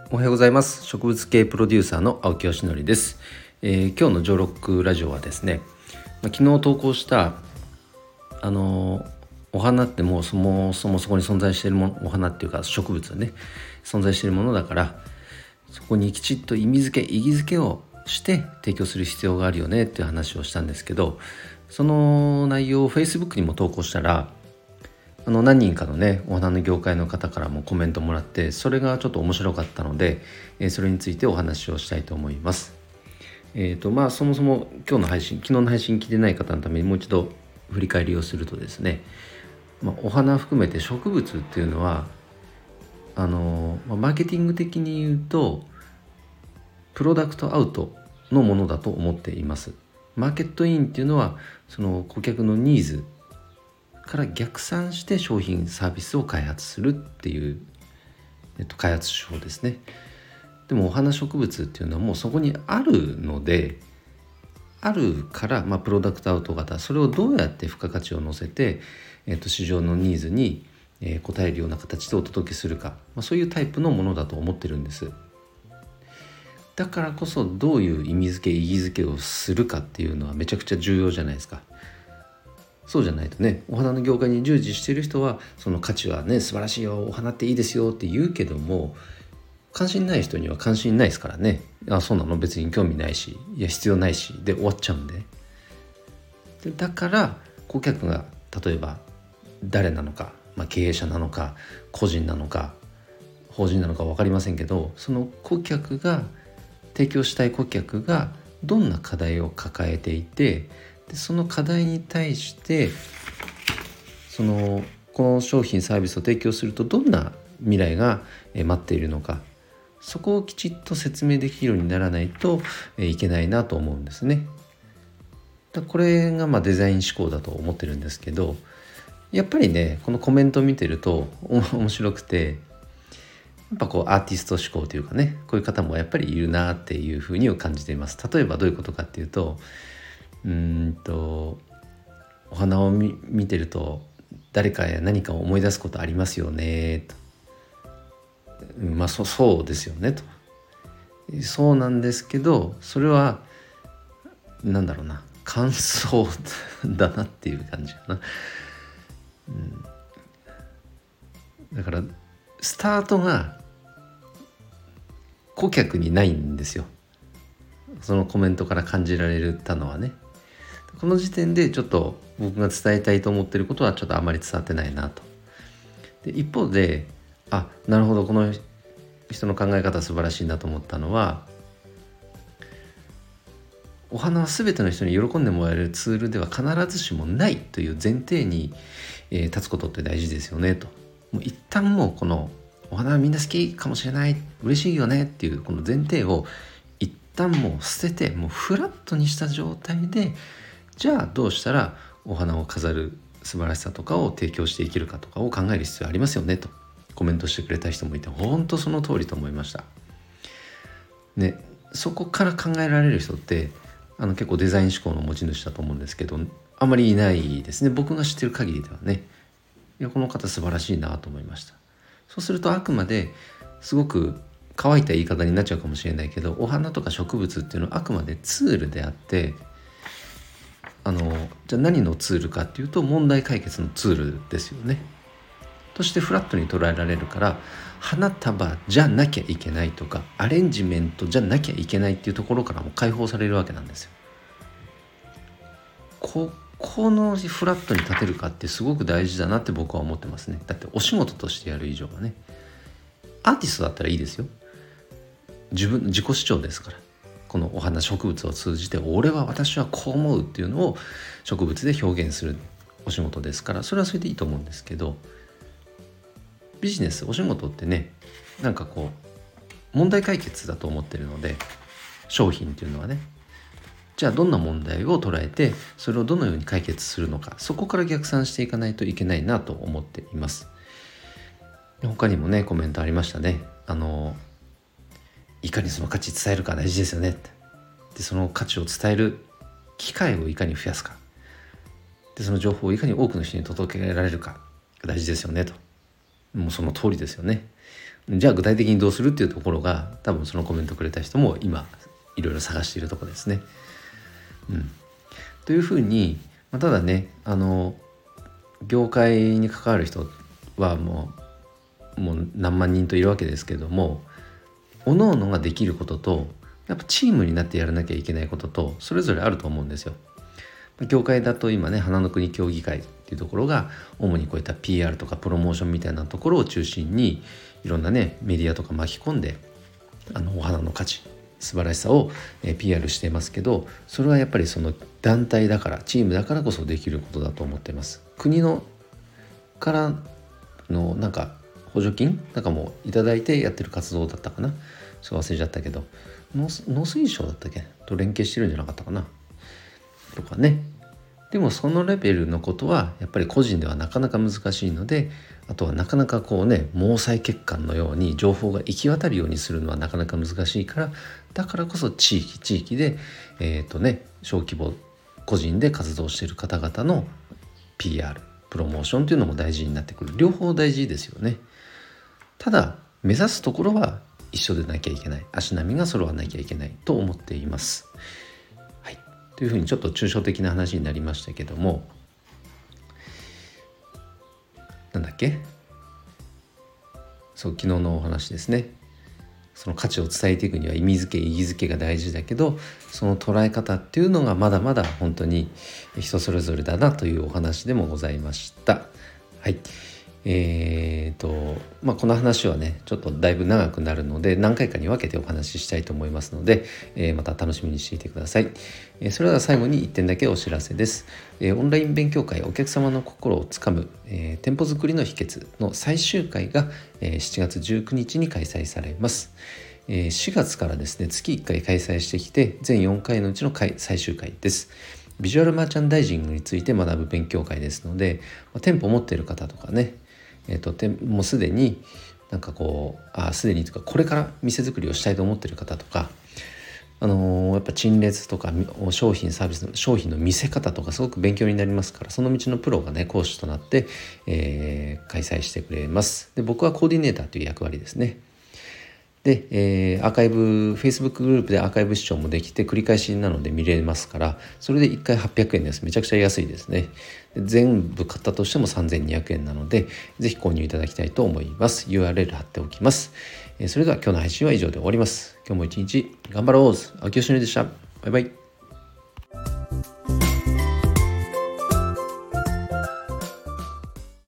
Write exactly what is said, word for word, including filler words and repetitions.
おはようございます。植物系プロデューサーの青木よしのりです。えー、今日のジョーロックラジオはですね、まあ、昨日投稿したあのーお花ってもうそもそもそこに存在しているもの、お花っていうか植物ね、存在しているものだから、そこにきちっと意味付け意義付けをして提供する必要があるよねっていう話をしたんですけど、その内容を Facebook にも投稿したら、あの何人かのねお花の業界の方からもコメントもらって、それがちょっと面白かったので、えーそれについてお話をしたいと思います。えーとまあそもそも今日の配信昨日の配信聞いてない方のためにもう一度振り返りをするとですね、まあ、お花含めて植物っていうのはあの、まあ、マーケティング的に言うとプロダクトアウトのものだと思っています。マーケットインっていうのはその顧客のニーズから逆算して商品サービスを開発するっていう、えっと、開発手法ですね。でもお花植物っていうのはもうそこにあるので、あるから、まあ、プロダクトアウト型、それをどうやって付加価値を乗せて、えっと、市場のニーズに、えー、応えるような形でお届けするか、まあ、そういうタイプのものだと思ってるんです。だからこそどういう意味付け意義付けをするかっていうのはめちゃくちゃ重要じゃないですか。そうじゃないとね、お花の業界に従事している人はその価値はね素晴らしいよ、お花っていいですよって言うけども、関心ない人には関心ないですからね。あ、そうなの、別に興味ないし、いや必要ないしで終わっちゃうんで。でだから顧客が例えば誰なのか、まあ、経営者なのか個人なのか法人なのか分かりませんけど、その顧客が提供したい顧客がどんな課題を抱えていて、でその課題に対してそのこの商品サービスを提供するとどんな未来が待っているのか、そこをきちっと説明できるようにならないといけないなと思うんですね。だこれがまあデザイン思考だと思ってるんですけど、やっぱりねこのコメントを見てると面白くて、やっぱこうアーティスト思考というかね、こういう方もやっぱりいるなっていうふうに感じています。例えばどういうことかっていうと、うーんとお花を 見, 見てると誰かや何かを思い出すことありますよねと、うん、まあ そ, そうですよねと、そうなんですけど、それはなんだろうな、感想だなっていう感じかな、うん、だからスタートが顧客にないんですよ。そのコメントから感じられたのはね、この時点でちょっと僕が伝えたいと思っていることはちょっとあまり伝わってないなと。で一方で、あ、なるほど、この人の考え方素晴らしいなと思ったのは、お花は全ての人に喜んでもらえるツールでは必ずしもないという前提に、えー、立つことって大事ですよねと。もう一旦もうこのお花はみんな好きかもしれない、嬉しいよねっていうこの前提を一旦もう捨てて、もうフラットにした状態で、じゃあどうしたらお花を飾る素晴らしさとかを提供していけるかとかを考える必要ありますよねとコメントしてくれた人もいて、本当その通りと思いましたね。そこから考えられる人ってあの結構デザイン思考の持ち主だと思うんですけど、あまりいないですね、僕が知ってる限りではね。いやこの方素晴らしいなと思いました。そうするとあくまですごく乾いた言い方になっちゃうかもしれないけど、お花とか植物っていうのはあくまでツールであって、あのじゃあ何のツールかっていうと問題解決のツールですよね。としてフラットに捉えられるから、花束じゃなきゃいけないとかアレンジメントじゃなきゃいけないっていうところからも解放されるわけなんですよ。ここのフラットに立てるかってすごく大事だなって僕は思ってますね。だってお仕事としてやる以上はね、アーティストだったらいいですよ。自分自己主張ですから、このお花植物を通じて俺は私はこう思うっていうのを植物で表現するお仕事ですから、それはそれでいいと思うんですけど、ビジネスお仕事ってね、なんかこう問題解決だと思ってるので、商品っていうのはね、じゃあどんな問題を捉えてそれをどのように解決するのか、そこから逆算していかないといけないなと思っています。他にもねコメントありましたね。あのいかにその価値伝えるか大事ですよねって。でその価値を伝える機会をいかに増やすか、でその情報をいかに多くの人に届けられるかが大事ですよねと。もうその通りですよね。 じゃあ具体的にどうするっていうところが多分そのコメントくれた人も今いろいろ探しているところですね。うん、というふうに、まあ、ただねあの業界に関わる人はもう、もう何万人といるわけですけども、各々ができることとやっぱチームになってやらなきゃいけないこととそれぞれあると思うんですよ。業界だと今ね花の国協議会っていうところが主にこういった ピーアール とかプロモーションみたいなところを中心にいろんなねメディアとか巻き込んであのお花の価値素晴らしさを ピーアール していますけど、それはやっぱりその団体だからチームだからこそできることだと思っています。国のからのなんか補助金なんかもいただいてやってる活動だったかな、ちょっと忘れちゃったけど、農農水省だったっけと連携してるんじゃなかったかなとかね。でもそのレベルのことはやっぱり個人ではなかなか難しいので、あとはなかなかこうね毛細血管のように情報が行き渡るようにするのはなかなか難しいから、だからこそ地域地域でえっとね小規模個人で活動している方々の ピーアール プロモーションというのも大事になってくる。両方大事ですよね。ただ目指すところは一緒でなきゃいけない、足並みが揃わなきゃいけないと思っています。はい、というふうにちょっと抽象的な話になりましたけども、なんだっけそう昨日のお話ですね。その価値を伝えていくには意味付け意義付けが大事だけど、その捉え方っていうのがまだまだ本当に人それぞれだなというお話でもございました。はい、えーとまあ、この話はねちょっとだいぶ長くなるので何回かに分けてお話ししたいと思いますので、えー、また楽しみにしていてください。えー、それでは最後にいってんだけお知らせです。えー、オンライン勉強会お客様の心をつかむ、えー、店舗作りの秘訣の最終回が、えー、しちがつじゅうくにちに開催されます。えー、しがつからですね月いっかい開催してきて全よんかいのうちの回最終回です。ビジュアルマーチャンダイジングについて学ぶ勉強会ですので、まあ、店舗持っている方とかねえー、ともうすでになんかこうあすでにというかこれから店作りをしたいと思っている方とか、あのー、やっぱ陳列とか商品サービスの商品の見せ方とかすごく勉強になりますから、その道のプロがね講師となって、えー、開催してくれます。で僕はコーディネーターという役割ですね。で、えー、アーカイブ Facebook グループでアーカイブ視聴もできて繰り返しなので見れますから、それでいっかいはっぴゃくえんです。めちゃくちゃ安いですね。全部買ったとしてもさんぜんにひゃくえんなのでぜひ購入いただきたいと思います。 ユーアールエル 貼っておきます。えー、それでは今日の配信は以上で終わります。今日も一日頑張ろう。青木よしのりでした。バイバイ。